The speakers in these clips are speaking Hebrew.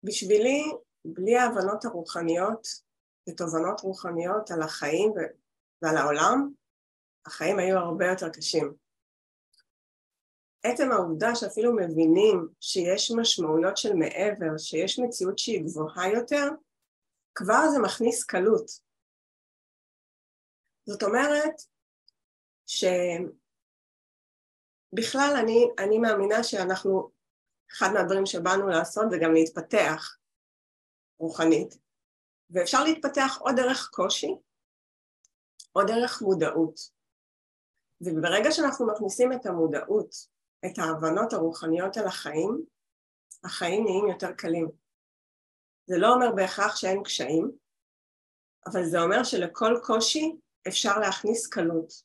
בשבילי, בלי ההבנות הרוחניות ותובנות רוחניות על החיים ועל העולם, החיים היו הרבה יותר קשים. עצם העובדה שאפילו מבינים שיש משמעויות של מעבר, שיש מציאות שהיא גבוהה יותר, כבר זה מכניס קלות. זאת אומרת שבכלל אני מאמינה שאנחנו, אחד מהדברים שבאנו לעשות זה גם להתפתח רוחנית, ואפשר להתפתח או דרך קושי, או דרך מודעות. וברגע שאנחנו מכניסים את המודעות, את ההבנות הרוחניות על החיים, החיים נהיים יותר קלים. זה לא אומר בהכרח שאין קשיים, אבל זה אומר שלכל קושי אפשר להכניס קלות.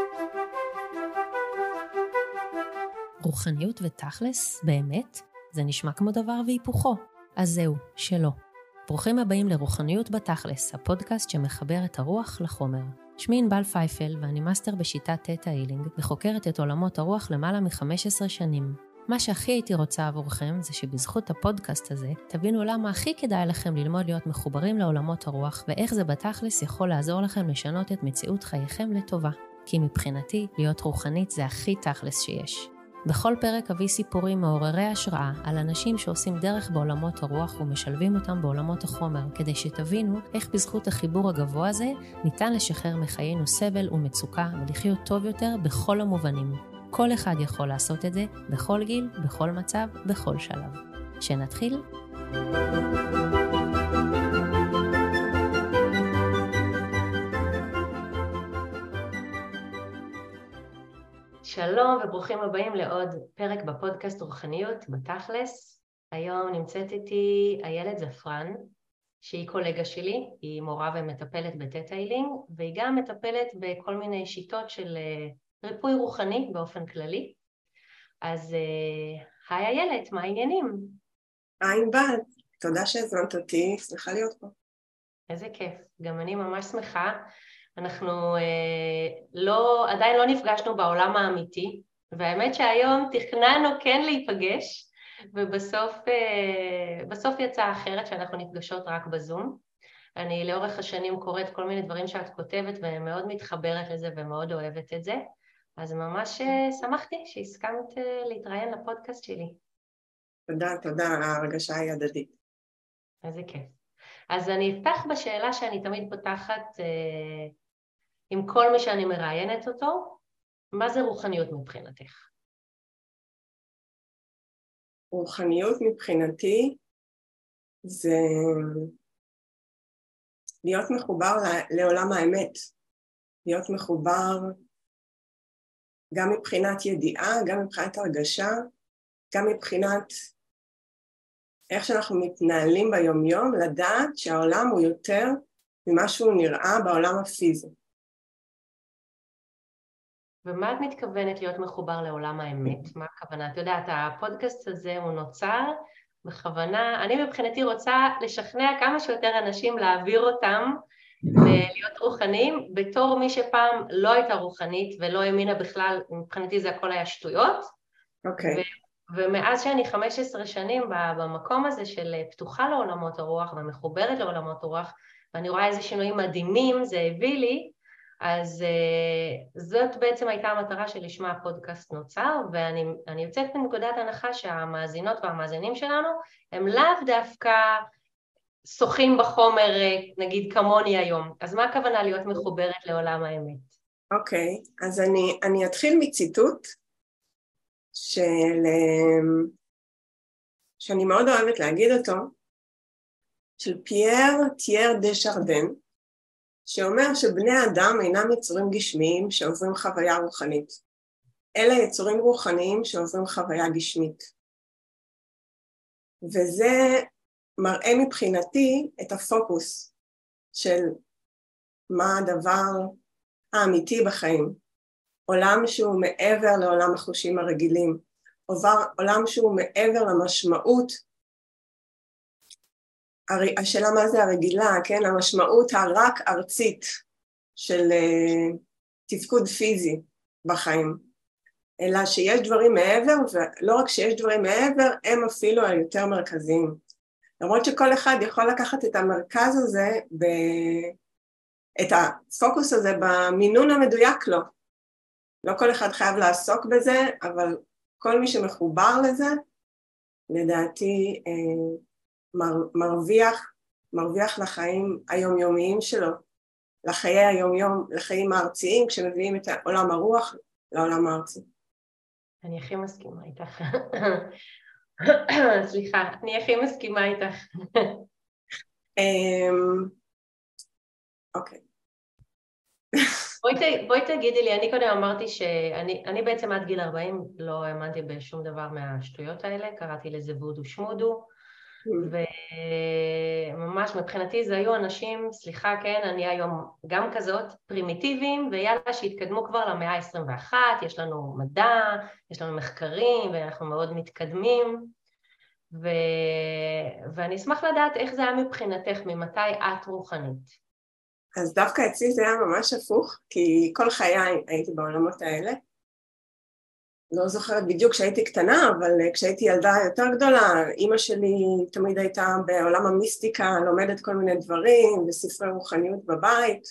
רוחניות ותכלס, באמת, זה נשמע כמו דבר והיפוכו. אז זהו, שלא. ברוכים הבאים לרוחניות בתכלס, הפודקאסט שמחבר את הרוח לחומר. שמי ענבל פייפל ואני מאסטר בשיטת תטא הילינג וחוקרת את עולמות הרוח למעלה מ-15 שנים. מה שהכי הייתי רוצה עבורכם זה שבזכות הפודקאסט הזה תבינו למה הכי כדאי לכם ללמוד להיות מחוברים לעולמות הרוח ואיך זה בתכלס יכול לעזור לכם לשנות את מציאות חייכם לטובה. כי מבחינתי להיות רוחנית זה הכי תכלס שיש. בכל פרק אביא סיפורים מעוררי השראה על אנשים שעושים דרך בעולמות הרוח ומשלבים אותם בעולמות החומר, כדי שתבינו איך בזכות החיבור הגבוה הזה ניתן לשחרר מחיינו סבל ומצוקה ולחיות טוב יותר בכל המובנים. כל אחד יכול לעשות את זה, בכל גיל, בכל מצב, בכל שלב. שנתחיל? שלום וברוכים הבאים לעוד פרק בפודקאסט רוחניות בתכלס. היום נמצאת איתי איילת זפרן, שהיא קולגה שלי, היא מורה ומטפלת בתטא הילינג, והיא גם מטפלת בכל מיני שיטות של ריפוי רוחני באופן כללי. אז היי איילת, מה העניינים? היי ענבל, תודה שהזמנת אותי, שמחה להיות פה. איזה כיף, גם אני ממש שמחה. אנחנו עדיין לא נפגשנו בעולם האמיתי, והאמת שהיום תכננו כן להיפגש, ובסוף יצא אחרת שאנחנו נפגשות רק בזום. אני לאורך השנים קוראת כל מיני דברים שאת כותבת, ומאוד מתחברת לזה ומאוד אוהבת את זה, אז ממש שמחתי שהסכמת להתראיין לפודקאסט שלי. תודה, ההרגשה היא הדדית. איזה כיף. אז אני אפתח בשאלה שאני תמיד פותחת עם כל מי שאני מראיינת אותו, מה זה רוחניות מבחינתך? רוחניות מבחינתי זה להיות מחובר לעולם האמת, להיות מחובר גם מבחינת ידיעה, גם מבחינת הרגשה, גם מבחינת איך שאנחנו מתנהלים ביום יום, לדעת שהעולם הוא יותר ממה שהוא נראה בעולם הפיזי. ומה את מתכוונת להיות מחובר לעולם האמת? מה הכוונה? את יודעת, הפודקאסט הזה הוא נוצר בכוונה, אני מבחינתי רוצה לשכנע כמה שיותר אנשים להעביר אותם ולהיות רוחניים, בתור מי שפעם לא הייתה רוחנית ולא האמינה בכלל, מבחינתי זה הכל היה שטויות. אוקיי. ומאז שאני 15 שנים במקום הזה של פתוחה לעולמות הרוח ומחוברת לעולמות הרוח, ואני רואה איזה שינויים מדהימים זה הביא לי, אז זאת בעצם הייתה המטרה שלשמה הפודקאסט נוצר, ואני יוצאת מנקודת הנחה שהמאזינות והמאזינים שלנו הם לאו דווקא שוחים בחומר, נגיד כמוני היום. אז מה הכוונה להיות מחוברת לעולם האמת? אוקיי, אז אני אתחיל מציטוט שאני מאוד אוהבת להגיד אותו, של פייר תייר דה שרדן, שאומר שבני האדם אינם יצורים גשמיים שעוברים חוויה רוחנית, אלא יצורים רוחניים שעוברים חוויה גשמית. וזה מראה מבחינתי את הפוקוס של מה הדבר האמיתי בחיים. עולם שהוא מעבר לעולם החושים הרגילים, עולם שהוא מעבר למשמעות, השאלה מה זה הרגילה, כן? המשמעות הרק ארצית של תפקוד פיזי בחיים, אלא שיש דברים מעבר, ולא רק שיש דברים מעבר, הם אפילו היותר מרכזיים. למרות שכל אחד יכול לקחת את המרכז הזה, את הפוקוס הזה במינון המדויק לו. לא כל אחד חייב לעסוק בזה, אבל כל מי שמחובר לזה, לדעתי מרוויח לחיים היומיומיים שלו, לחיי היומיום, לחיים הארציים, כשמביאים את עולם הרוח לעולם הארצי. אני הכי מסכימה איתך. סליחה, אני הכי מסכימה איתך. אוקיי. בואי תגידי לי, אני קודם אמרתי שאני בעצם עד גיל 40 לא האמנתי בשום דבר מהשטויות האלה, קראתי לזה וודו שמודו, וממש מבחינתי זה היו אנשים, סליחה כן, אני היום גם כזאת, פרימיטיביים, ויאללה שהתקדמו כבר למאה ה-21, יש לנו מדע, יש לנו מחקרים, ואנחנו מאוד מתקדמים, ואני אשמח לדעת איך זה היה מבחינתך, ממתי את רוחנית. אז דווקא אצלי זה היה ממש הפוך, כי כל חיי הייתי בעולמות האלה. לא זוכרת בדיוק כשהייתי קטנה, אבל כשהייתי ילדה יותר גדולה, אמא שלי תמיד הייתה בעולם המיסטיקה, לומדת כל מיני דברים, בספרי רוחניות בבית,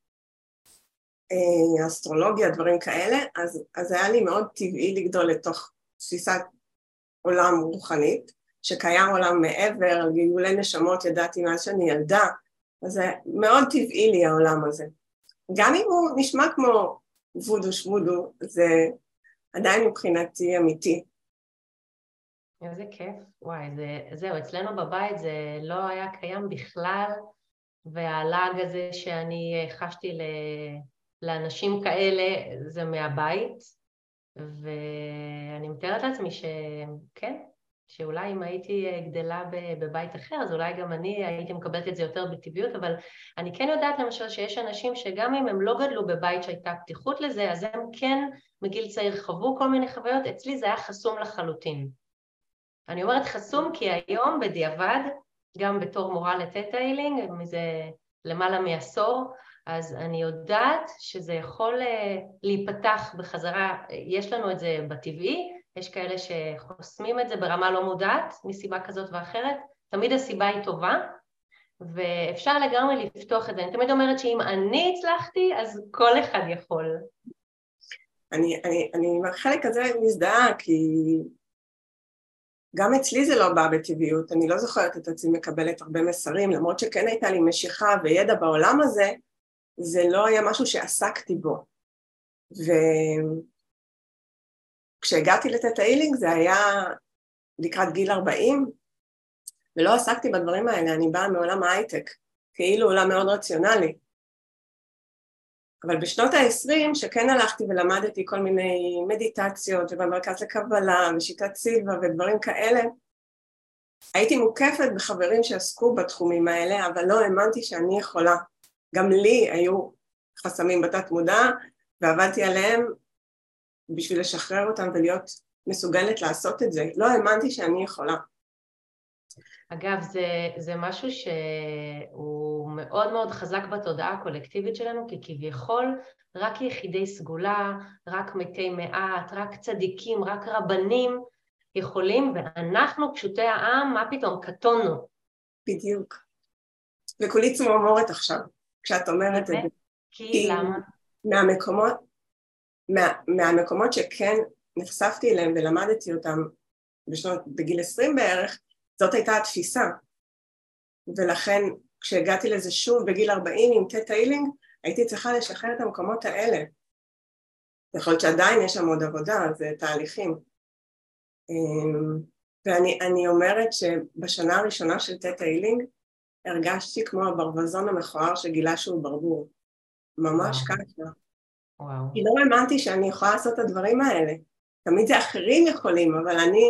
אסטרולוגיה, דברים כאלה, אז היה לי מאוד טבעי לגדול לתוך תפיסת עולם רוחנית, שקיים עולם מעבר, גלגולי נשמות ידעתי מאז שאני ילדה, אז זה מאוד טבעי לי העולם הזה. גם אם הוא נשמע כמו וודו שמודו, זה עדיין מבחינתי אמיתי. איזה כיף, וואי, זהו, אצלנו בבית זה לא היה קיים בכלל, והלעג הזה שאני חשתי לאנשים כאלה זה מהבית, ואני מתארת לעצמי שכן, שאולי אם הייתי גדלה בבית אחר, אז אולי גם אני הייתי מקבלת את זה יותר בטבעיות, אבל אני כן יודעת למשל שיש אנשים שגם אם הם לא גדלו בבית שהייתה פתיחות לזה, אז הם כן מגיל צעיר חוו כל מיני חוויות, אצלי זה היה חסום לחלוטין. אני אומרת חסום כי היום בדיעבד, גם בתור מורה לתטא הילינג, מזה למעלה מעשור, אז אני יודעת שזה יכול להיפתח בחזרה, יש לנו את זה בטבעי, יש כאלה שחוסמים את זה ברמה לא מודעת, מסיבה כזאת ואחרת, תמיד הסיבה היא טובה, ואפשר לגמרי לפתוח את זה. אני תמיד אומרת שאם אני הצלחתי, אז כל אחד יכול. אני חלק הזה מזדהה, כי גם אצלי זה לא בא בטבעיות, אני לא זוכרת את עצמי מקבלת הרבה מסרים, למרות שכן הייתה לי משיכה וידע בעולם הזה, זה לא היה משהו שעסקתי בו. וכשהגעתי לתטא הילינג זה היה לקראת גיל 40, ולא עסקתי בדברים האלה, אני באה מעולם ההייטק, כאילו עולם מאוד רציונלי. אבל בשנות ה-20, שכן הלכתי ולמדתי כל מיני מדיטציות, ובמרכז לקבלה, ושיטת סילבה ודברים כאלה, הייתי מוקפת בחברים שעסקו בתחומים האלה, אבל לא האמנתי שאני יכולה. גם לי היו חסמים בתת מודע, ועבדתי עליהם בשביל לשחרר אותם ולהיות מסוגלת לעשות את זה. לא האמנתי שאני יכולה. אגב, זה משהו שהוא מאוד מאוד חזק בתודעה הקולקטיבית שלנו, כי כביכול רק יחידי סגולה, רק מתי מעט, רק צדיקים, רק רבנים יכולים, ואנחנו פשוטי העם, מה פתאום, קטונו. בדיוק. וכולי צמרמורת עכשיו, כשאת אומרת את זה. כי למה? מהמקומות שכן נחשפתי אליהם ולמדתי אותם בגיל 20 בערך, זאת הייתה התפיסה. ולכן כשהגעתי לזה שוב בגיל 40 עם טטא הילינג, הייתי צריכה לשחרר את המקומות האלה. יכול להיות שעדיין יש שם עוד עבודה, זה תהליכים. ואני אומרת שבשנה הראשונה של טטא הילינג, הרגשתי כמו הברווזון המכוער שגילה שהוא ברבור. ממש ככה. כי לא האמנתי שאני יכולה לעשות את הדברים האלה. תמיד זה אחרים יכולים, אבל אני...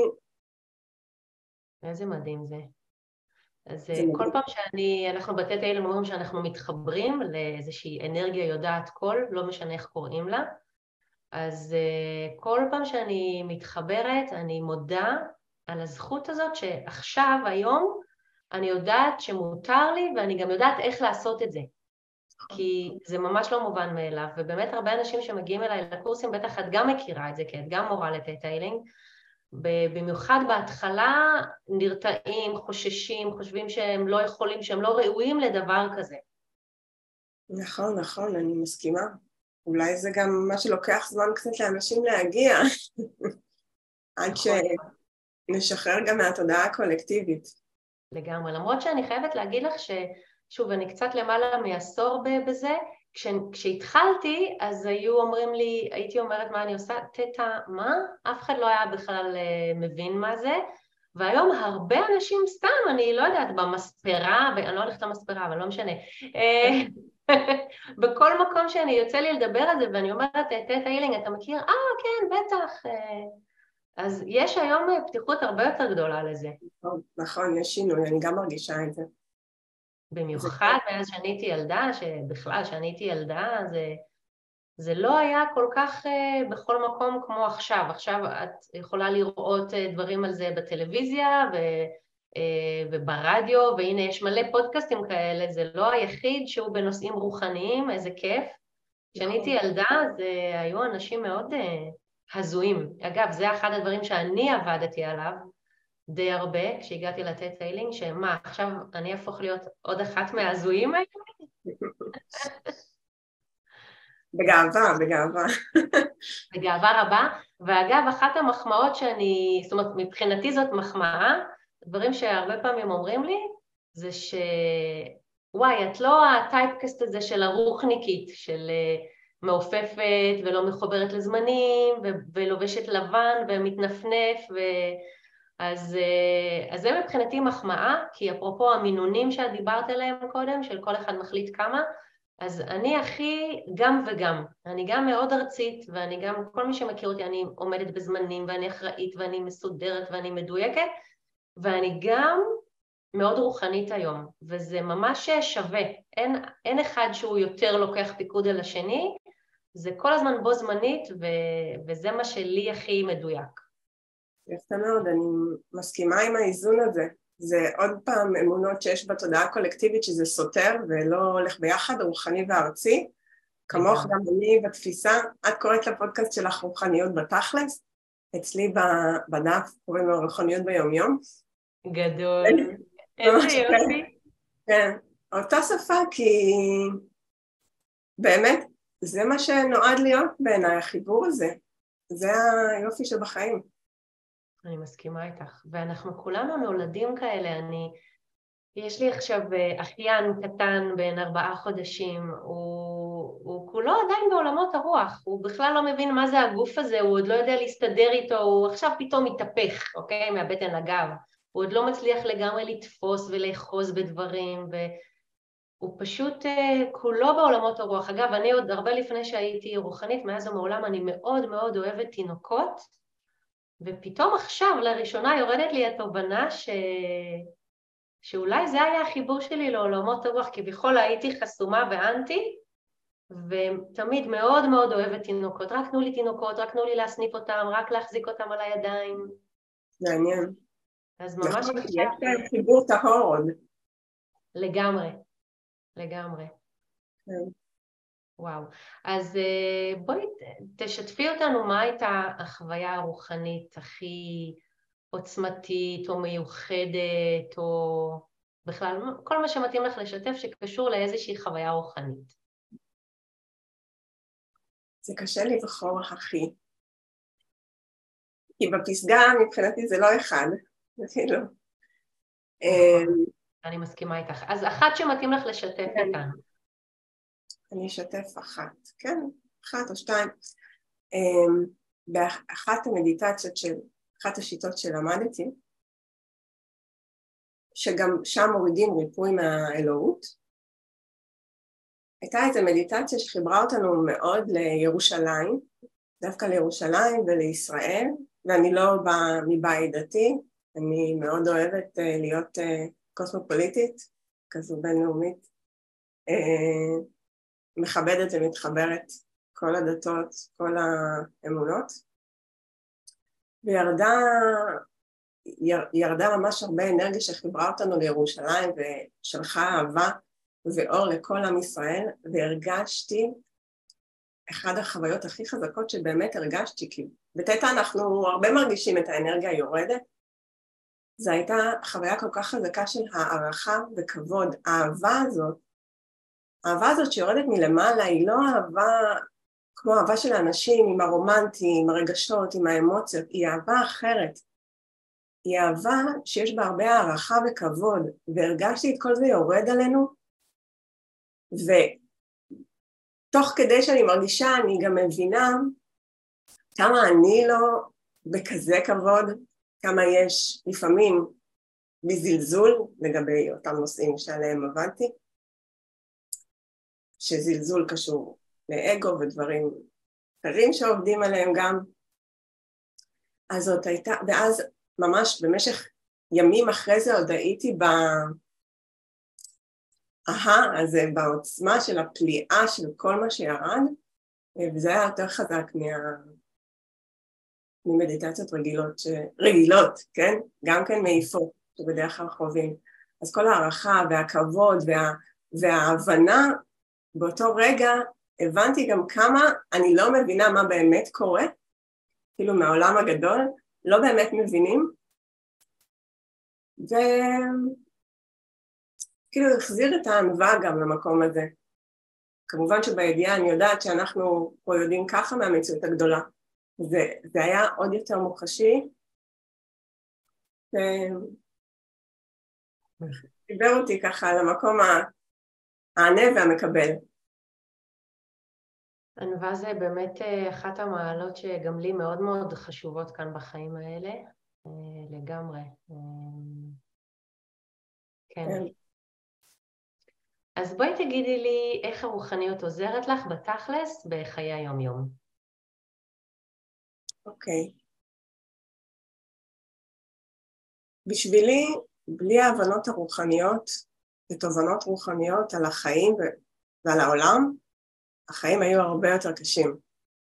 איזה מדהים זה. אז כל פעם אנחנו בטטא הילינג אומרים שאנחנו מתחברים לאיזושהי אנרגיה יודעת כל, לא משנה איך קוראים לה, אז כל פעם שאני מתחברת, אני מודה על הזכות הזאת שעכשיו, היום, אני יודעת שמותר לי, ואני גם יודעת איך לעשות את זה. כי זה ממש לא מובן מאליו, ובאמת הרבה אנשים שמגיעים אליי לקורסים, בטח את גם מכירה את זה, כי את גם מורה לטטא הילינג, במיוחד בהתחלה נרתעים, חוששים, חושבים שהם לא יכולים, שהם לא ראויים לדבר כזה. נכון, נכון, אני מסכימה. אולי זה גם מה שלוקח זמן קצת לאנשים להגיע, עד שנשחרר גם מהתודעה הקולקטיבית. לגמרי, למרות שאני חייבת להגיד לך ששוב, אני קצת למעלה מעשור בזה, כשהתחלתי, אז היו אומרים לי, הייתי אומרת מה אני עושה, תטא, מה? אף אחד לא היה בכלל מבין מה זה, והיום הרבה אנשים סתם, אני לא יודעת, במספרה, ואני לא הולכת למספרה, אבל לא משנה, בכל מקום שאני יוצא לי לדבר על זה, ואני אומרת, תטא הילינג, אתה מכיר? כן, בטח. אז יש היום פתיחות הרבה יותר גדולה לזה. נכון, יש שינוי, אני גם מרגישה את זה. במיוחד מאז שאני הייתי ילדה, שבכלל שאני הייתי ילדה, זה לא היה כל כך בכל מקום כמו עכשיו. עכשיו את יכולה לראות דברים על זה בטלוויזיה וברדיו, והנה יש מלא פודקאסטים כאלה, זה לא היחיד שהוא בנושאים רוחניים, איזה כיף. כשאני הייתי ילדה, זה היו אנשים מאוד הזויים. אגב, זה אחד הדברים שאני עבדתי עליו, די הרבה, כשהגעתי לטטא הילינג, שמה, עכשיו אני אהפוך להיות עוד אחת מהזויים האלה? בגאווה, בגאווה. בגאווה רבה, ואגב, אחת המחמאות שאני, זאת אומרת, מבחינתי זאת מחמאה, דברים שהרבה פעמים אומרים לי, זה וואי, את לא הטייפקסט הזה של הרוחניקית, של מעופפת ולא מחוברת לזמנים, ולובשת לבן ומתנפנף, אז זה מבחינתי מחמאה, כי אפרופו המינונים שאת דיברת עליהם קודם, של כל אחד מחליט כמה, אז אני הכי גם וגם, אני גם מאוד ארצית, ואני גם, כל מי שמכיר אותי, אני עומדת בזמנים, ואני אחראית, ואני מסודרת, ואני מדויקת, ואני גם מאוד רוחנית היום, וזה ממש שווה, אין אחד שהוא יותר לוקח פיקוד על השני, זה כל הזמן בו זמנית, וזה מה שלי הכי מדויק. יפה מאוד, אני מסכימה עם האיזון הזה. זה עוד פעם אמונות שיש בתודעה הקולקטיבית שזה סותר ולא הולך ביחד, רוחני וארצי. כמוך גם אני בתפיסה, את קוראת לפודקאסט שלך רוחניות בתכלס, אצלי בדף קוראים לו רוחניות ביומיום. גדול, איזה יופי. כן, אותה שפה כי באמת זה מה שנועד להיות בעיניי, החיבור הזה. זה היופי שבחיים. אני מסכימה איתך, ואנחנו כולנו נולדים כאלה, יש לי עכשיו אחיין קטן בן 4 חודשים, הוא כולו עדיין בעולמות הרוח, הוא בכלל לא מבין מה זה הגוף הזה, הוא עוד לא יודע להסתדר איתו, הוא עכשיו פתאום מתהפך, אוקיי? מהבטן לגב, הוא עוד לא מצליח לגמרי לתפוס ולאחוז בדברים, והוא פשוט כולו בעולמות הרוח. אגב, אני עוד הרבה לפני שהייתי רוחנית, מאז ומעולם אני מאוד מאוד אוהבת תינוקות, ופתאום עכשיו לראשונה יורדת לי התובנה שאולי זה היה החיבור שלי לעולמות הרוח, כביכול הייתי חסומה ואנטי, ותמיד מאוד מאוד אוהבת תינוקות, רק תנו לי תינוקות, רק תנו לי להסניף אותם, רק להחזיק אותם על הידיים. מעניין. אז ממש נכון, יש חיבור טהור עוד. לגמרי, לגמרי. כן. וואו, אז בואי תשתפי אותנו מה הייתה החוויה הרוחנית הכי עוצמתית או מיוחדת או בכלל כל מה שמתאים לך לשתף שקשור לאיזושהי חוויה רוחנית. זה קשה לבחור הכי. כי בפסגה מבחינתי זה לא אחד, אפילו. אני מסכימה איתך. אז אחת שמתאים לך לשתף איתנו. אני אשתף אחת, כן, 1 או 2. באחת המדיטציות אחת השיטות שלמדתי, שגם שם מורידים ריפוי מהאלוהות, הייתה איזו מדיטציה שחיברה אותנו מאוד לירושלים, דווקא לירושלים ולישראל, ואני לא באה מבית דתי, אני מאוד אוהבת להיות קוסמופוליטית, כזו בינלאומית, מכבדת ומתחברת כל הדתות, כל האמונות, וירדה ממש הרבה אנרגיה שחיברה אותנו לירושלים ושלחה אהבה ואור לכל עם ישראל, והרגשתי אחד החוויות הכי חזקות שבאמת הרגשתי, כי בתטא אנחנו הרבה מרגישים את האנרגיה היורדת. זו הייתה חוויה כל כך חזקה של הערכה וכבוד. האהבה הזאת שיורדת מלמעלה היא לא אהבה כמו אהבה של האנשים, עם הרומנטי, עם הרגשות, עם האמוציות, היא אהבה אחרת. היא אהבה שיש בה הרבה הערכה וכבוד, והרגשתי את כל זה יורד עלינו, ותוך כדי שאני מרגישה, אני גם מבינה כמה אני לא בכזה כבוד, כמה יש לפעמים מזלזול לגבי אותם נושאים שעליהם עבדתי, שזלזול קשור לאגו ודברים אחרים שעובדים עליהם גם. אז זאת הייתה, ואז ממש במשך ימים אחרי זה עוד הייתי הזה, בעוצמה של הפליאה של כל מה שירד, וזה היה יותר חזק ממדיטציות רגילות, כן? גם כן מעיפות, שבדרך כלל חווים. אז כל הערכה והכבוד וההבנה, באותו רגע הבנתי גם כמה אני לא מבינה מה באמת קורה, כאילו מהעולם הגדול, לא באמת מבינים, וכאילו החזיר את הענווה גם למקום הזה. כמובן שבידיעה אני יודעת שאנחנו פה יודעים ככה מהמציאות הגדולה, זה היה עוד יותר מוחשי, ודיבר אותי ככה למקום הענה והמקבל. ענווה זה באמת אחת המעלות שגם לי מאוד מאוד חשובות כאן בחיים האלה, לגמרי. כן. אז בואי תגידי לי איך הרוחניות עוזרת לך בתכלס בחיי היום-יום. אוקיי. בשבילי, בלי ההבנות הרוחניות ותובנות רוחניות על החיים ועל העולם, החיים היו הרבה יותר קשים.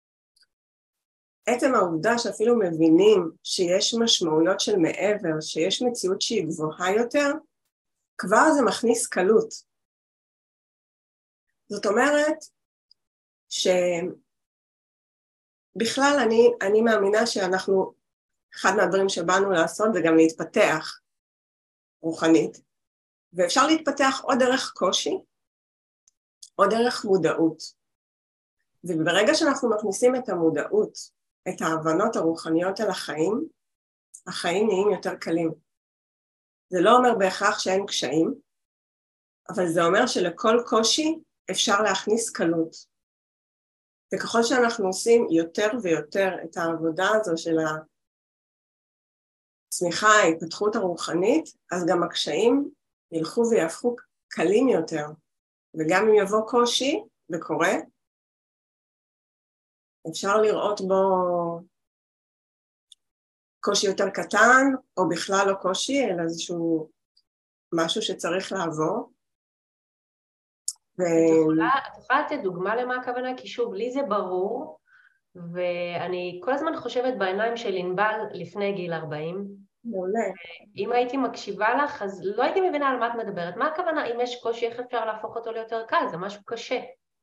עצם העובדה שאפילו מבינים שיש משמעויות של מעבר, שיש מציאות שהיא גבוהה יותר, כבר זה מכניס קלות. זאת אומרת שבכלל אני מאמינה שאנחנו, אחד מהדברים שבאנו לעשות זה גם להתפתח רוחנית, ואפשר להתפתח או דרך קושי או דרך מודעות. וברגע שאנחנו מכניסים את המודעות, את ההבנות הרוחניות על החיים, החיים נהיים יותר קלים. זה לא אומר בהכרח שאין קשיים, אבל זה אומר שלכל קושי אפשר להכניס קלות. וככל שאנחנו עושים יותר ויותר את העבודה הזו של הצמיחה, ההתפתחות הרוחנית, אז גם הקשיים ילכו ויהפכו קלים יותר. וגם אם יבוא קושי, וקורה, אפשר לראות בו קושי יותר קטן, או בכלל לא קושי, אלא איזשהו משהו שצריך לעבור. את יכולה לתת דוגמה למה הכוונה? כי שוב, לי זה ברור, ואני כל הזמן חושבת בעיניים של ענבל לפני גיל 40. מעולה. אם הייתי מקשיבה לך, אז לא הייתי מבינה על מה את מדברת. מה הכוונה? אם יש קושי, איך אפשר להפוך אותו ליותר קל? זה משהו קשה.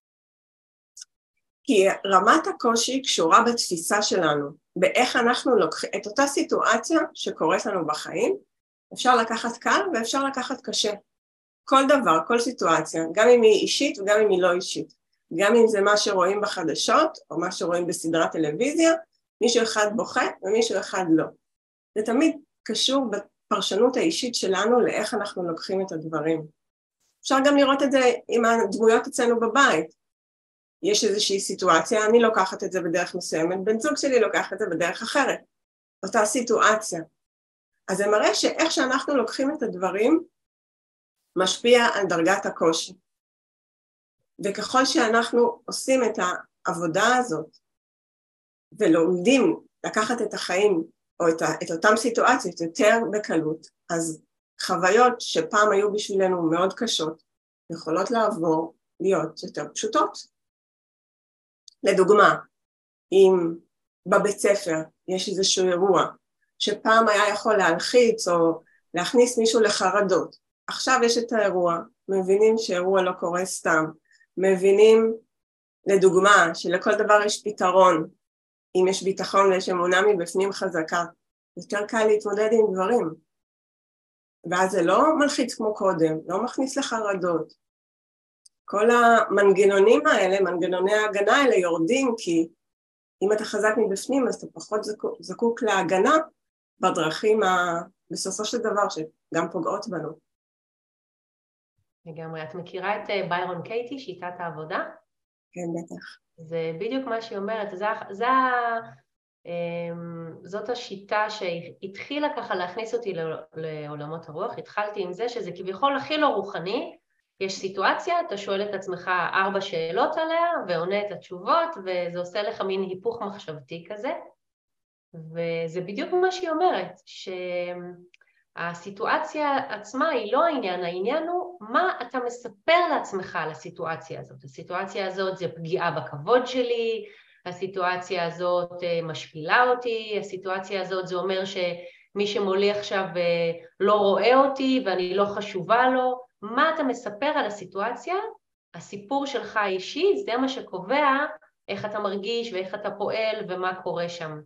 כי רמת הקושי קשורה בתפיסה שלנו, באיך אנחנו לוקחים את אותה סיטואציה שקורית לנו בחיים, אפשר לקחת קל ואפשר לקחת קשה. כל דבר, כל סיטואציה, גם אם היא אישית וגם אם היא לא אישית. גם אם זה מה שרואים בחדשות או מה שרואים בסדרת טלוויזיה, מישהו אחד בוכה ומישהו אחד לא. זה תמיד קשור בפרשנות האישית שלנו לאיך אנחנו לוקחים את הדברים. אפשר גם לראות את זה עם הדמויות אצלנו בבית. יש איזושהי סיטואציה, אני לוקחת את זה בדרך מסוימת, בן זוג שלי לוקח את זה בדרך אחרת. אותה סיטואציה. אז זה מראה שאיך שאנחנו לוקחים את הדברים, משפיע על דרגת הקושי. וככל שאנחנו עושים את העבודה הזאת, ולומדים לקחת את החיים, או את אותם סיטואציות יותר בקלות, אז חוויות שפעם היו בשבילנו מאוד קשות, יכולות לעבור להיות יותר פשוטות. לדוגמה, אם בבית ספר יש איזשהו אירוע, שפעם היה יכול להלחיץ או להכניס מישהו לחרדות, עכשיו יש את האירוע, מבינים שאירוע לא קורה סתם, מבינים לדוגמה שלכל דבר יש פתרון, אם יש ביטחון ויש אמונה מבפנים חזקה, יותר קל להתמודד עם דברים. ואז זה לא מלחיץ כמו קודם, לא מכניס לחרדות. כל המנגנונים האלה, מנגנוני ההגנה האלה יורדים, כי אם אתה חזק מבפנים, אז אתה פחות זקוק להגנה בדרכים בסופו של דבר, שגם פוגעות בנו. לגמרי. את מכירה את ביירון קייטי, שיטת העבודה? כן, בטח. זה בדיוק מה שהיא אומרת. זאת השיטה שהתחילה ככה להכניס אותי לעולמות הרוח. התחלתי עם זה שזה כביכול הכי לא רוחני. יש סיטואציה, אתה שואל את עצמך 4 שאלות עליה ועונה את התשובות, וזה עושה לך מין היפוך מחשבתי כזה. וזה בדיוק מה שהיא אומרת, שהסיטואציה עצמה היא לא העניין, העניין הוא מה אתה מספר לעצמך על הסיטואציה הזאת. הסיטואציה הזאת זה פגיעה בכבוד שלי, הסיטואציה הזאת משפילה אותי, הסיטואציה הזאת זה אומר שמי שמולי עכשיו לא רואה אותי ואני לא חשובה לו. מה אתה מספר על הסיטואציה? הסיפור שלך האישי, זה מה שקובע איך אתה מרגיש ואיך אתה פועל ומה קורה שם.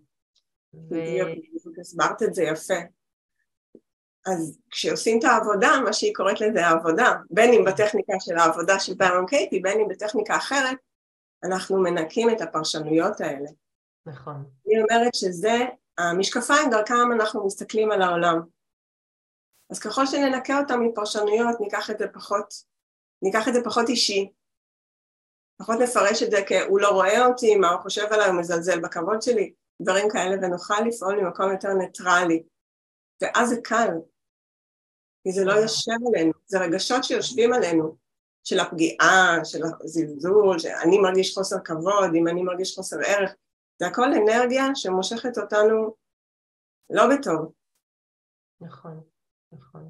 הסברת את זה יפה. אז כשעושים את העבודה, מה שהיא קוראת לזה העבודה, בין אם בטכניקה של העבודה של ביירון קייטי, בין אם בטכניקה אחרת, אנחנו מנקים את הפרשנויות האלה. נכון. היא אומרת שזה המשקפיים דרכם אנחנו מסתכלים על העולם. אז ככל שננקה אותם מפרשנויות, ניקח את זה פחות אישי. פחות נפרש את זה הוא לא רואה אותי, מה הוא חושב עליי, הוא מזלזל בכבוד שלי, דברים כאלה, ונוכל לפעול ממקום יותר ניטרלי. ואז זה קל, כי זה לא יושב עלינו, זה רגשות שיושבים עלינו, של הפגיעה, של הזלזול, שאני מרגיש חוסר כבוד, אם אני מרגיש חוסר ערך, זה הכל אנרגיה שמושכת אותנו לא בטוב. נכון, נכון.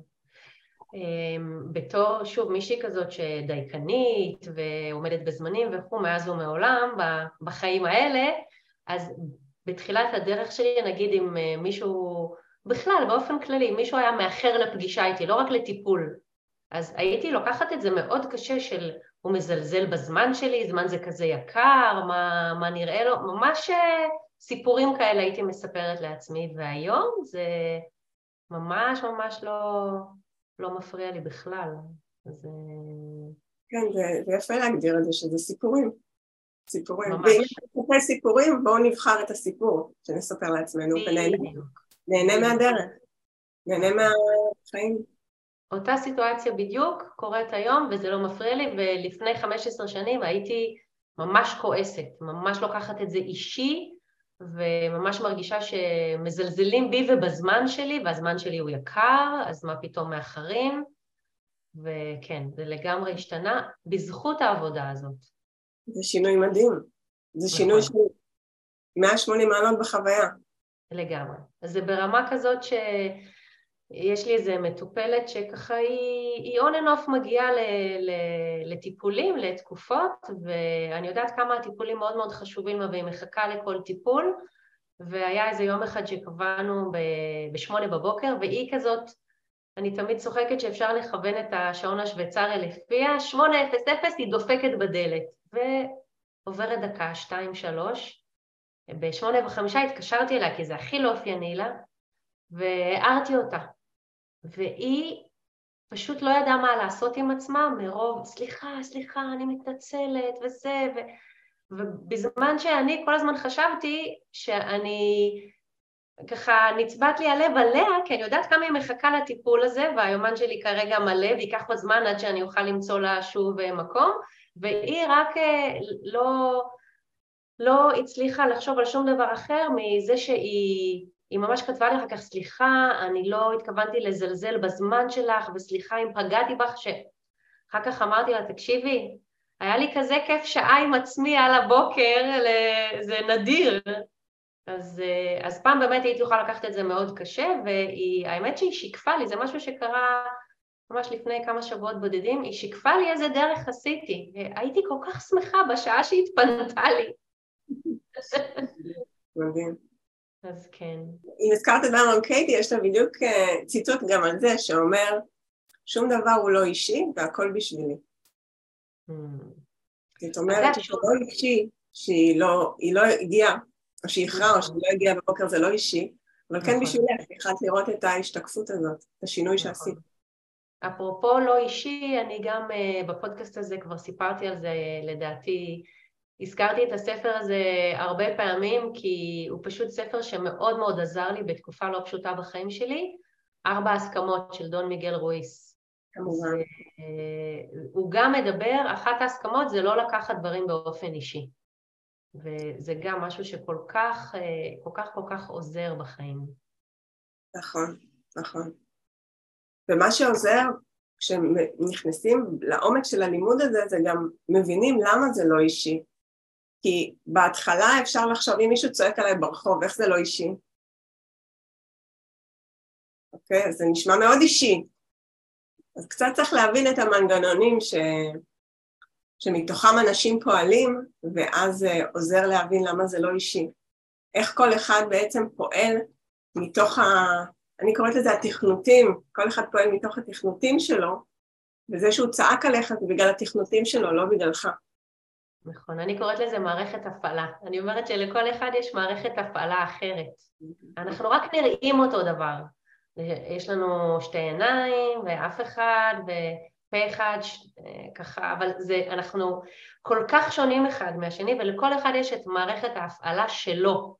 בתור, שוב, מישהי כזאת שדייקנית ועומדת בזמנים וכו' מאז ומעולם בחיים האלה, אז בתחילת הדרך שלי, נגיד אם מישהו, בכלל באופן כללי, אם מישהו היה מאחר לפגישה איתי, לא רק לטיפול, אז הייתי לוקחת את זה מאוד קשה של הוא מזלזל בזמן שלי, זמן זה כזה יקר, מה נראה לו, ממש סיפורים כאלה הייתי מספרת לעצמי, והיום זה ממש ממש לא מפריע לי בכלל. אז כן, זה יפה להגדיר את זה שזה סיפורים. סיפורים. ממש. ואם נספר סיפורים, בואו נבחר את הסיפור שנספר לעצמנו, ונהנה מהדרך, נהנה מהחיים. אותה סיטואציה בדיוק קורית היום, וזה לא מפריע לי, ולפני 15 שנים הייתי ממש כועסת, ממש לוקחת את זה אישי, וממש מרגישה שמזלזלים בי ובזמן שלי, והזמן שלי הוא יקר, אז מה פתאום מאחרים, וכן, זה לגמרי השתנה בזכות העבודה הזאת. זה שינוי מדהים, זה שינוי של 180 מעלות בחוויה. לגמרי. אז זה ברמה כזאת שיש לי איזה מטופלת שככה היא on and off מגיעה לטיפולים, לתקופות, ואני יודעת כמה הטיפולים מאוד מאוד חשובים לה, והיא מחכה לכל טיפול, והיה איזה יום אחד שקבענו ב8 בבוקר, והיא כזאת, אני תמיד צוחקת שאפשר לכוון את השעון השוויצרי לפיה, 8:00 היא דופקת בדלת, ועוברת דקה, 2-3, ב8:05 התקשרתי אליה, כי זה הכי לא אופייני לה, והערתי אותה, והיא פשוט לא ידעה מה לעשות עם עצמה, מרוב, סליחה, אני מתנצלת, וזה, ובזמן שאני כל הזמן חשבתי שאני ככה נצבט לי הלב עליה, כי אני יודעת כמה היא מחכה לטיפול הזה, והיומן שלי כרגע מלא, ויקח לה זמן עד שאני אוכל למצוא לה שוב מקום, והיא רק לא הצליחה לחשוב על שום דבר אחר מזה שהיא ממש כתבה לי אחר כך, סליחה, אני לא התכוונתי לזלזל בזמן שלך, וסליחה אם פגעתי בך, שאחר כך אמרתי לה, תקשיבי, היה לי כזה כיף שעה עם עצמי על הבוקר, זה נדיר. אז פעם באמת הייתי יכולה לקחת את זה מאוד קשה, והאמת שהיא שיקפה לי, זה משהו שקרה ממש לפני כמה שבועות בודדים, היא שיקפה לי איזה דרך עשיתי, והייתי כל כך שמחה בשעה שהתפנתה לי. מדהים. אז כן. אם הזכרת את ביירון קייטי, יש לה בדיוק ציטוט גם על זה, שאומר, שום דבר הוא לא אישי, והכל בשבילי. זאת אומרת, שזה לא אישי, שהיא לא הגיעה או שיכרע, או שלא הגיע בבוקר, זה לא אישי, אבל כן בשבילך, יכולת לראות את ההשתקפות הזאת, את השינוי שעשית. אפרופו לא אישי, אני גם בפודקאסט הזה כבר סיפרתי על זה, לדעתי, הזכרתי את הספר הזה הרבה פעמים, כי הוא פשוט ספר שמאוד מאוד עזר לי בתקופה לא פשוטה בחיים שלי, 4 הסכמות של דון מיגל רויס. כמובן. הוא גם מדבר, אחת ההסכמות זה לא לקחת דברים באופן אישי. וזה גם משהו שכל כך, כל כך, כל כך עוזר בחיים. נכון, נכון. ומה שעוזר, כשנכנסים לעומק של הלימוד הזה, זה גם מבינים למה זה לא אישי. כי בהתחלה אפשר לחשוב, אם מישהו צועק עליי ברחוב, איך זה לא אישי? אוקיי, אז זה נשמע מאוד אישי. אז קצת צריך להבין את המנגנונים שמתוכם אנשים פועלים, ואז זה עוזר להבין למה זה לא אישי. איך כל אחד בעצם פועל מתוך אני קוראת לזה התכנותים, כל אחד פועל מתוך התכנותים שלו, וזה שהוא צעק עליך זה בגלל התכנותים שלו, לא בגללך. נכון, אני קוראת לזה מערכת הפעלה. אני אומרת שלכל אחד יש מערכת הפעלה אחרת. אנחנו רק נראים אותו דבר. יש לנו 2 עיניים ואף אחד ופה אחד ככה, אבל אנחנו כל כך שונים אחד מהשני, ולכל אחד יש את מערכת ההפעלה שלו,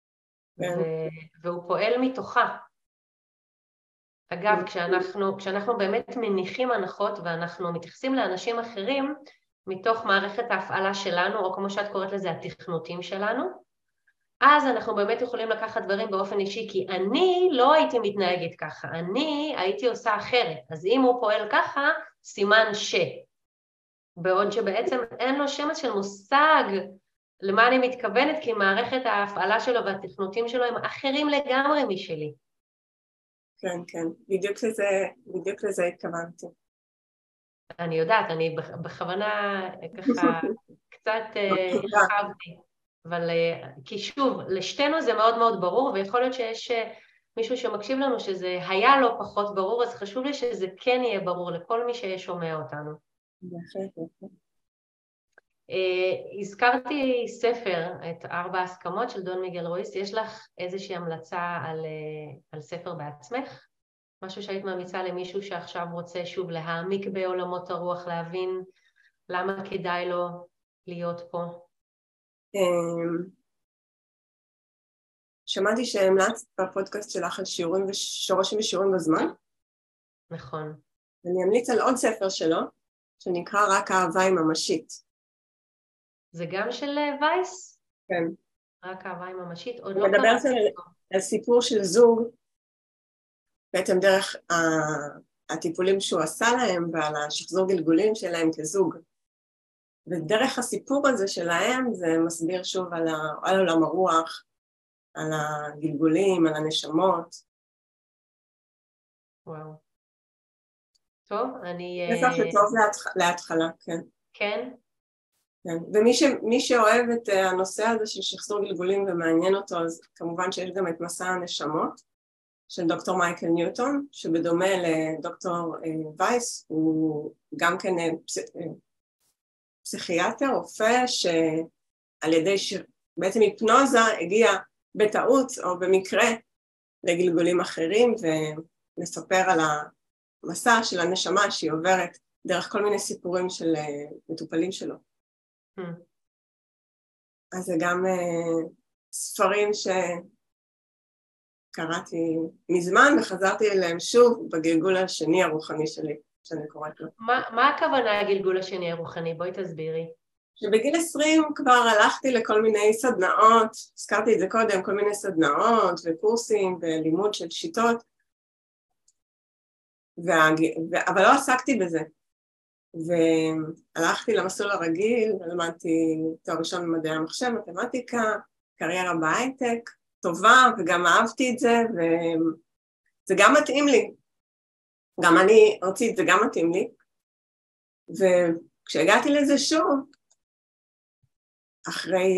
והוא פועל מתוכה. אגב, כשאנחנו באמת מניחים הנחות ואנחנו מתייחסים לאנשים אחרים מתוך מערכת ההפעלה שלנו, או כמו שאת קוראת לזה, התכנותים שלנו, אז אנחנו באמת יכולים לקחת דברים באופן אישי, כי אני לא הייתי מתנהגת ככה, אני הייתי עושה אחרת. אז אם הוא פועל ככה, סימן ש. בעוד שבעצם אין לו שמץ של מושג למה אני מתכוונת, כי מערכת ההפעלה שלו והתכנותים שלו הם אחרים לגמרי משלי. כן, כן, בדיוק לזה התכוונתי. אני יודעת, אני בכוונה ככה קצת הרחבתי, אבל כי שוב, לשתינו זה מאוד מאוד ברור, ויכול להיות שיש מישהו שמקשיב לנו שזה היה לא פחות ברור, אז חשוב לי שזה כן יהיה ברור לכל מי ששומע אותנו. הזכרתי ספר, את 4 הסכמות של דון מיגל רויס, יש לך איזושהי המלצה על ספר בעצמך? משהו שהיית ממליצה למישהו שעכשיו רוצה שוב להעמיק בעולמות הרוח, להבין למה כדאי לו להיות פה? שמעתי שהמלצת בפודקאסט שלך על שיעורים ושורשים ושיעורים בזמן. נכון. אני אמליץ על עוד ספר שלו, שנקרא רק אהבה היא ממשית. זה גם של וייס? כן. רק אהבה היא ממשית? הוא מדבר על סיפור של זוג, בעצם דרך הטיפולים שהוא עשה להם ועל השחזור גלגולים שלהם כזוג. ודרך הסיפור הזה שלהם זה מסביר שוב על עולם הרוח, על הגלגולים, על הנשמות. וואו. טוב, אני... זה סך שטוב להתחלה, כן. כן? כן. ומי שאוהב את הנושא הזה של שחזור גלגולים ומעניין אותו, אז כמובן שיש גם את מסע הנשמות של דוקטור מייקל ניוטון, שבדומה לדוקטור וייס, הוא גם כן פסיכיאטר, רופא, שעל ידי בעצם היפנוזה הגיע בטעות או במקרה לגלגולים אחרים, ומספר על המסע של הנשמה שהיא עוברת דרך כל מיני סיפורים של מטופלים שלו. אז זה גם ספרים שקראתי מזמן וחזרתי אליהם שוב בגלגול השני הרוחני שלי, שאני קוראת לו. מה הכוונה הגלגול השני הרוחני? בואי תסבירי. שבגיל 20 כבר הלכתי לכל מיני סדנאות, הזכרתי את זה קודם, כל מיני סדנאות וקורסים ולימוד של שיטות, אבל לא עסקתי בזה. והלכתי למסלול הרגיל, ולמדתי תואר ראשון במדעי המחשב, מתמטיקה, קריירה בהייטק, טובה, וגם אהבתי את זה, וזה גם מתאים לי. גם אני ארצית, זה גם מתאים לי. וכשהגעתי לזה שוב, אחרי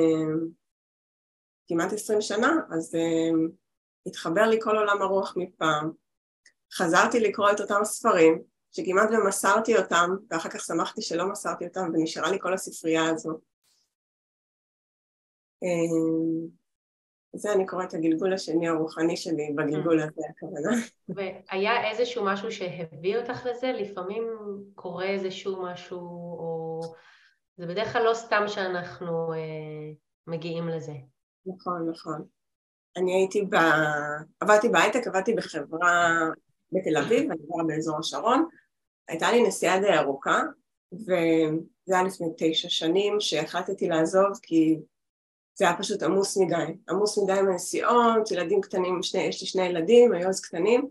כמעט 20 שנה, אז התחבר לי כל עולם הרוח מפעם. חזרתי לקרוא את אותם ספרים, שכמעט ומסרתי אותם, ואחר כך שמחתי שלא מסרתי אותם, ונשארה לי כל הספרייה הזו. זה אני קוראת הגלגול השני הרוחני שלי, בגלגול הזה הכוונה. והיה איזשהו משהו שהביא אותך לזה? לפעמים קורה איזשהו משהו, או זה בדרך כלל לא סתם שאנחנו מגיעים לזה. נכון, נכון. אני עבדתי בהייטק, עבדתי בחברה בתל אביב, אני גרה באזור השרון, הייתה לי נסיעה די ארוכה, וזה היה לפני 9 שנים שהחלטתי לעזוב, כי זה היה פשוט עמוס מדי מהנסיעות, ילדים קטנים, יש לי 2 ילדים, היו אז קטנים,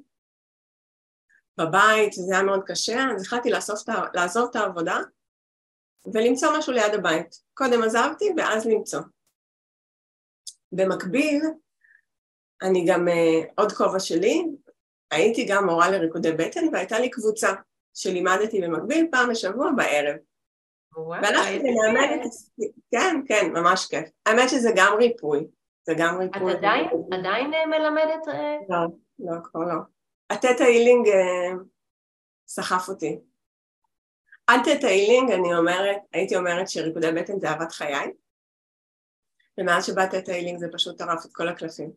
בבית, זה היה מאוד קשה, אז החלטתי לעזוב את העבודה, ולמצוא משהו ליד הבית. קודם עזבתי, ואז למצוא. במקביל, אני גם, עוד כובע שלי, הייתי גם מורה לריקודי בטן, והייתה לי קבוצה שלימדתי במקביל פעם בשבוע בערב. והלכתי ללמד, כן, כן, ממש כיף. האמת שזה גם ריפוי. זה גם ריפוי. את עדיין מלמדת? לא, לא, כבר לא. התטא הילינג סחף אותי. עד תטא הילינג הייתי אומרת שריקודי בטן זה אהבת חיי, ומאז שבא תטא הילינג זה פשוט טרף את כל הקלפים.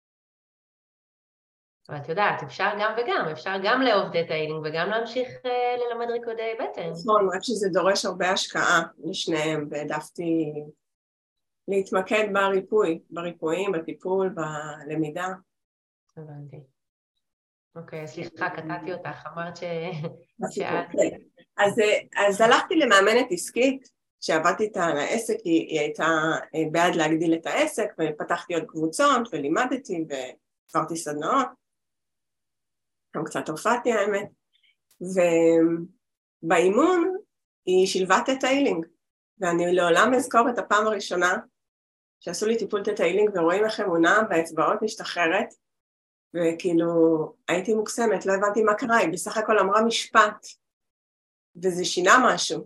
אבל את יודעת, אפשר גם וגם, אפשר גם לאהוב תטא הילינג וגם להמשיך ללמד ריקודי בטן. נכון, רק שזה דורש הרבה השקעה לשניהם, והעדפתי להתמקד בריפויים, בטיפול, בלמידה. הבנתי. אוקיי, סליחה, קטעתי אותך, אמרת שאת... אז הלכתי למאמנת עסקית, שעבדתי איתה על העסק, היא הייתה בעד להגדיל את העסק, ופתחתי עוד קבוצות, ולימדתי, ועברתי סדנאות, גם קצת הופעתי האמת, ובאימון היא שילבה תטא הילינג, ואני לעולם אזכור את הפעם הראשונה שעשו לי טיפול תטא הילינג, ורואים איך אמונה והאצבעות משתחררת, וכאילו הייתי מוקסמת, לא הבנתי מה קרה, היא בסך הכל אמרה משפט, וזה שינה משהו.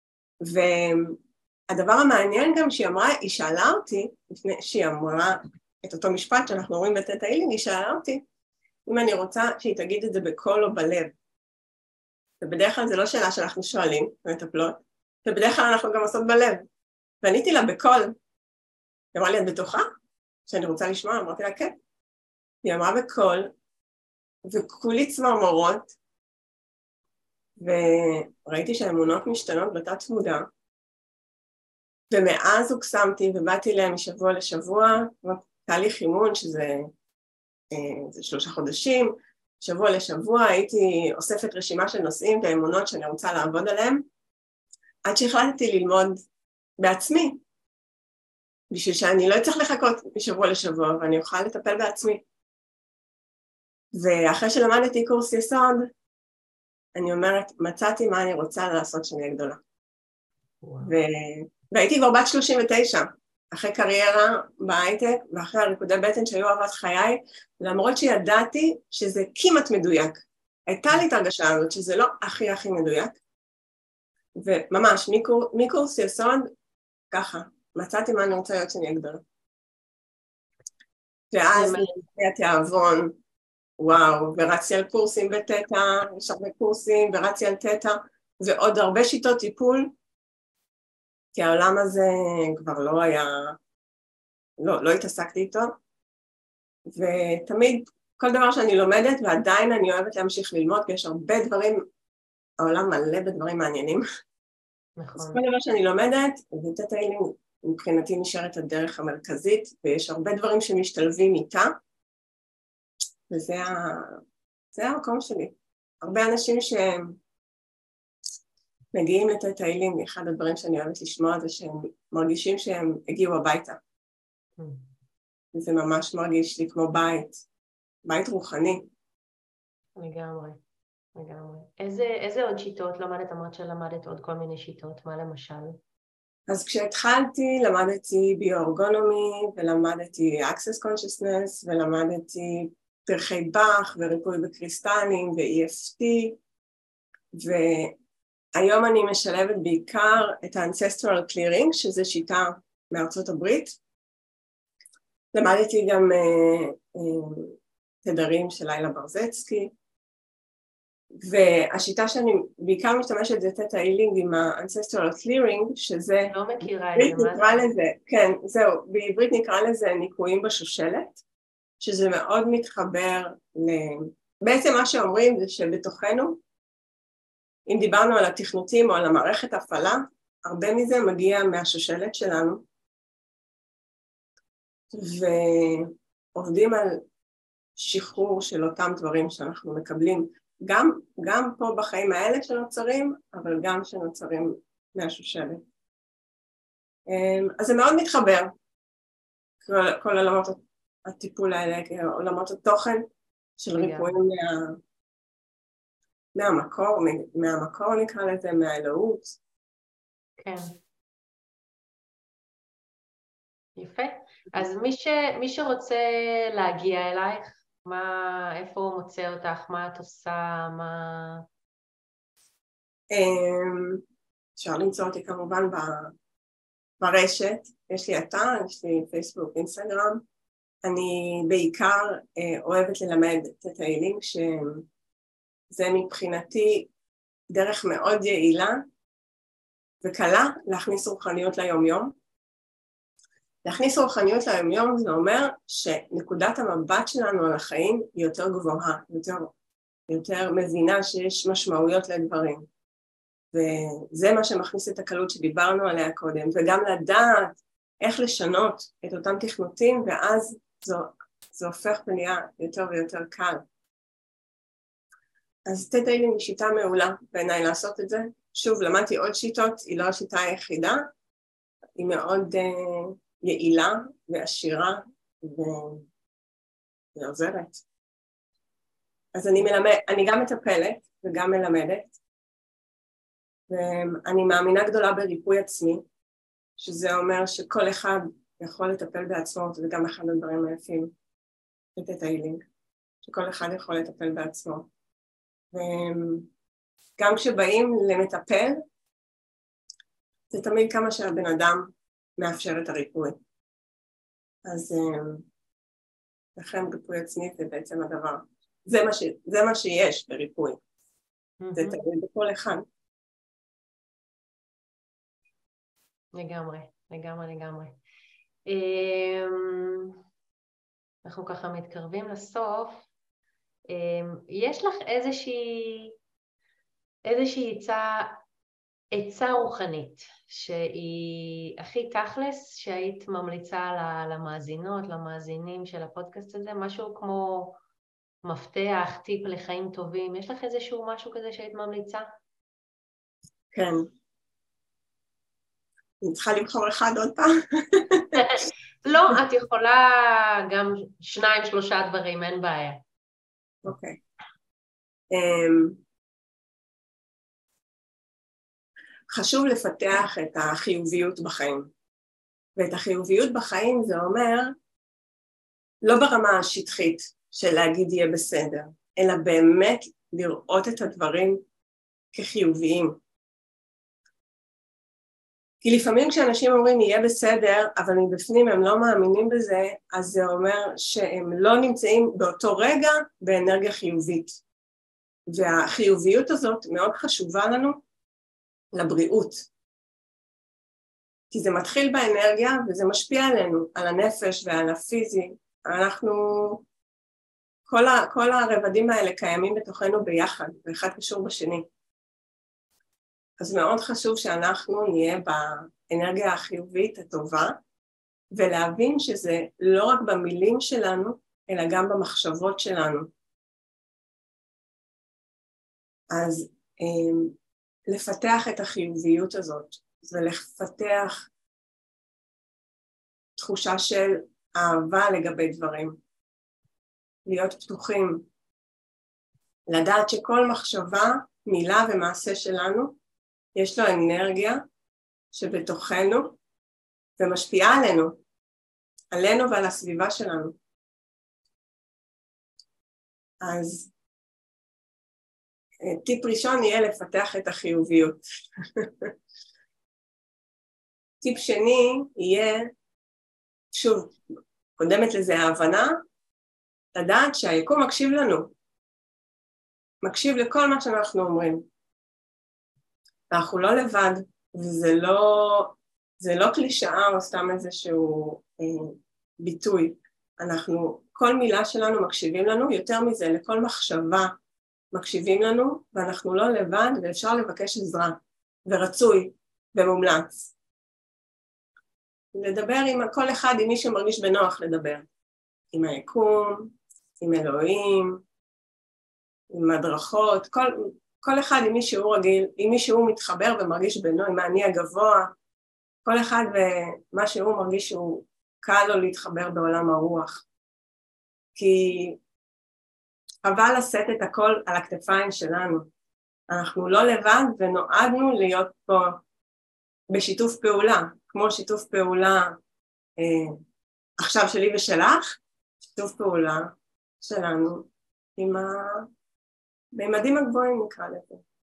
והדבר המעניין גם שהיא אמרה, היא שאלה אותי, לפני שהיא אמרה את אותו משפט שאנחנו רואים בתטא הילינג, היא שאלה אותי, אם אני רוצה שהיא תגיד את זה בקול או בלב. ובדרך כלל זה לא שאלה שאנחנו שואלים, מטפלות, ובדרך כלל אנחנו גם עושות בלב. ועניתי לה בקול. היא אמרה לי, את בטוחה? שאני רוצה לשמוע? אמרתי לה, כן. היא אמרה בקול, וכולי צמרמורות, וראיתי שהאמונות משתנות בתת מודע, ומאז הוקסמתי ובאתי להם משבוע לשבוע, תהליך אימון שזה 3 חודשים, שבוע לשבוע הייתי אוספת רשימה של נושאים ואמונות שאני רוצה לעבוד עליהם, עד שהחלטתי ללמוד בעצמי, בשביל שאני לא צריך לחכות משבוע לשבוע, ואני אוכל לטפל בעצמי. ואחרי שלמדתי קורס יסוד, אני אומרת, מצאתי מה אני רוצה לעשות שאני אהיה גדולה. והייתי כבר בת 39, אחרי קריירה בהייטק, ואחרי הריקודי בטן שהיו אהבת חיי, למרות שידעתי שזה כמעט מדויק. הייתה לי את הרגשה הזאת שזה לא הכי מדויק, וממש, מקורס יסוד, ככה, מצאתי מה אני רוצה להיות שאני אהיה גדולה. ואז נתתי התיאבון, וואו, ורצתי על קורסים בטטה, יש הרבה קורסים, ורצתי על טטה, ועוד הרבה שיטות טיפול, כי העולם הזה כבר לא היה, לא התעסקתי איתו, ותמיד כל דבר שאני לומדת, ועדיין אני אוהבת להמשיך ללמוד, כי יש הרבה דברים, העולם מלא בדברים מעניינים. נכון. אז כל דבר שאני לומדת, וטטה הילינג מבחינתי נשארת הדרך המרכזית, ויש הרבה דברים שמשתלבים איתה, וזה המקום שלי. הרבה אנשים שמגיעים לטטה הילינג, אחד הדברים שאני אוהבת לשמוע זה שהם מרגישים שהם הגיעו הביתה. וזה ממש מרגיש לי כמו בית רוחני. לגמרי. איזה עוד שיטות למדת? אמרת שלמדת עוד כל מיני שיטות, מה למשל? אז כשהתחלתי למדתי ביוארגונומי, ולמדתי Access Consciousness, ולמדתי פרחי באך וריפוי בקריסטלים ו-EFT, והיום אני משלבת בעיקר את ה-Ancestral Clearing, שזה שיטה מארצות הברית. למדתי גם תדרים של לילה ברזצקי, והשיטה שאני בעיקר משתמשת זה תטא הילינג עם ה-ancestral clearing, שזה... לא מכירה את זה, מה זה? כן, זהו, בעברית נקרא לזה ניקויים בשושלת, שזה מאוד מתחבר בעצם מה שאומרים זה שבתוכנו, אם דיברנו על התכנותים או על המערכת הפעלה, הרבה מזה מגיע מהשושלת שלנו, ועובדים על שחרור של אותם דברים שאנחנו מקבלים, גם פה בחיים האלה שנוצרים, אבל גם שנוצרים מהשושלת. אז זה מאוד מתחבר, כל עולמות הטיפול האלה, עולמות התוכן של ריפויים מהמקור נקרא לזה, מהאלוהות. כן. יפה. אז מי שרוצה להגיע אלייך, איפה הוא מוצא אותך, מה את עושה, מה... אפשר למצוא אותי כמובן ברשת, יש לי אתר, יש לי פייסבוק, אינסטגרם, אני בעיקר אוהבת ללמד תטא הילינג, שזה מבחינתי דרך מאוד יעילה וקלה להכניס רוחניות ליום-יום. להכניס רוחניות ליום-יום זה אומר שנקודת המבט שלנו על החיים היא יותר גבוהה, יותר מבינה שיש משמעויות לדברים. וזה מה שמכניס את הקלות שדיברנו עליה קודם, וגם לדעת איך לשנות את אותם תכנותים, ואז זה הופך ונהיה יותר ויותר קל. אז תטא הילינג היא שיטה מעולה בעיניי לעשות את זה. שוב, למדתי עוד שיטות, היא לא השיטה היחידה, היא מאוד יעילה ועשירה ועוזרת. אז אני גם מטפלת וגם מלמדת, ואני מאמינה גדולה בריפוי עצמי, שזה אומר שכל אחד יכול לטפל בעצמו, וזה גם אחד הדברים היפים בתטא הילינג, שכל אחד יכול לטפל בעצמו. וגם כשבאים למטפל, זה תמיד כמה שהבן אדם מאפשר את הריפוי. אז לכן ריפוי עצמי זה בעצם הדבר. זה מה שיש בריפוי. זה תמיד בכל אחד. לגמרי. אנחנו ככה מתקרבים לסוף. יש לך איזושהי עצה רוחנית שהיא הכי תכלס שהיית ממליצה למאזינות, למאזינים של הפודקאסט הזה, משהו כמו מפתח, טיפ לחיים טובים, יש לך איזשהו משהו כזה שהיית ממליצה? כן. אני צריכה לבחור אחד עוד פעם? לא, את יכולה גם 2-3 דברים, אין בעיה. אוקיי. חשוב לפתח את החיוביות בחיים. ואת החיוביות בחיים זה אומר, לא ברמה השטחית של להגיד יהיה בסדר, אלא באמת לראות את הדברים כחיוביים. כי לפעמים כשאנשים אומרים יהיה בסדר, אבל מבפנים הם לא מאמינים בזה, אז זה אומר שהם לא נמצאים באותו רגע באנרגיה חיובית. והחיוביות הזאת מאוד חשובה לנו לבריאות. כי זה מתחיל באנרגיה וזה משפיע עלינו, על הנפש ועל הפיזי. אנחנו, כל הרבדים האלה קיימים בתוכנו ביחד, ואחד קשור בשני. אז מאוד חשוב שאנחנו נהיה באנרגיה החיובית הטובה, ולהבין שזה לא רק במילים שלנו, אלא גם במחשבות שלנו. אז לפתח את החיוביות הזאת, ולפתח תחושה של אהבה לגבי דברים, להיות פתוחים, לדעת שכל מחשבה, מילה ומעשה שלנו, יש לו אנרגיה שבתוכנו ומשפיעה עלינו ועל הסביבה שלנו. אז טיפ ראשון יהיה לפתח את החיוביות. טיפ שני יהיה, שוב, קודמת לזה ההבנה, לדעת שהיקום מקשיב לנו. מקשיב לכל מה שאנחנו אומרים. אנחנו לא לבד, וזה לא קלישאה או סתם איזשהו ביטוי. כל מילה שלנו מקשיבים לנו, יותר מזה, לכל מחשבה מקשיבים לנו, ואנחנו לא לבד, ואפשר לבקש עזרה, ורצוי, ומומלץ. לדבר עם כל אחד, עם מי שמרגיש בנוח לדבר. עם היקום, עם אלוהים, עם הדרכות, כל אחד עם מי שהוא רגיל, עם מי שהוא מתחבר ומרגיש בנוח, עם האני הגבוה, כל אחד ומה שהוא מרגיש שהוא קל לו להתחבר בעולם הרוח. כי חבל לשאת את הכל על הכתפיים שלנו. אנחנו לא לבד ונועדנו להיות פה בשיתוף פעולה, כמו שיתוף פעולה עכשיו שלי ושלך, שיתוף פעולה שלנו עם בממדים הגבוהים נקרא לזה.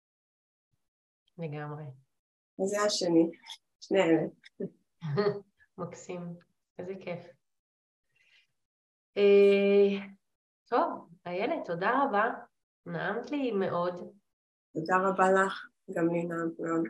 לגמרי. וזה השני, שני אלה. מקסים, איזה כיף. טוב, איילת, תודה רבה. נעמת לי מאוד. תודה רבה לך, גם לי נעמת מאוד.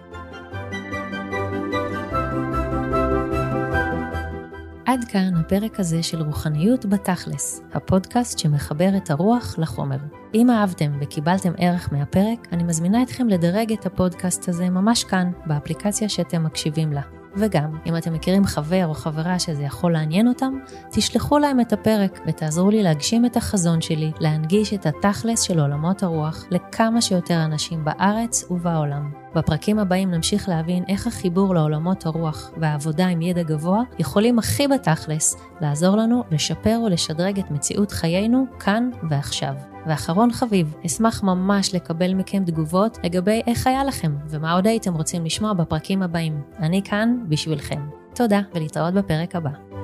עד כאן הפרק הזה של רוחניות בתכלס, הפודקאסט שמחבר את הרוח לחומר. אם אהבתם וקיבלתם ערך מהפרק, אני מזמינה אתכם לדרג את הפודקאסט הזה ממש כאן, באפליקציה שאתם מקשיבים לה. וגם, אם אתם מכירים חבר או חברה שזה יכול לעניין אותם, תשלחו להם את הפרק ותעזרו לי להגשים את החזון שלי, להנגיש את התכלס של עולמות הרוח לכמה שיותר אנשים בארץ ובעולם. בפרקים הבאים נמשיך להבין איך החיבור לעולמות הרוח והעבודה עם ידע גבוה יכולים הכי בתכלס לעזור לנו לשפר ולשדרג את מציאות חיינו כאן ועכשיו. ואחרון חביב, אשמח ממש לקבל מכם תגובות לגבי איך היה לכם ומה עוד הייתם רוצים לשמוע בפרקים הבאים. אני כאן בשבילכם. תודה ולהתראות בפרק הבא.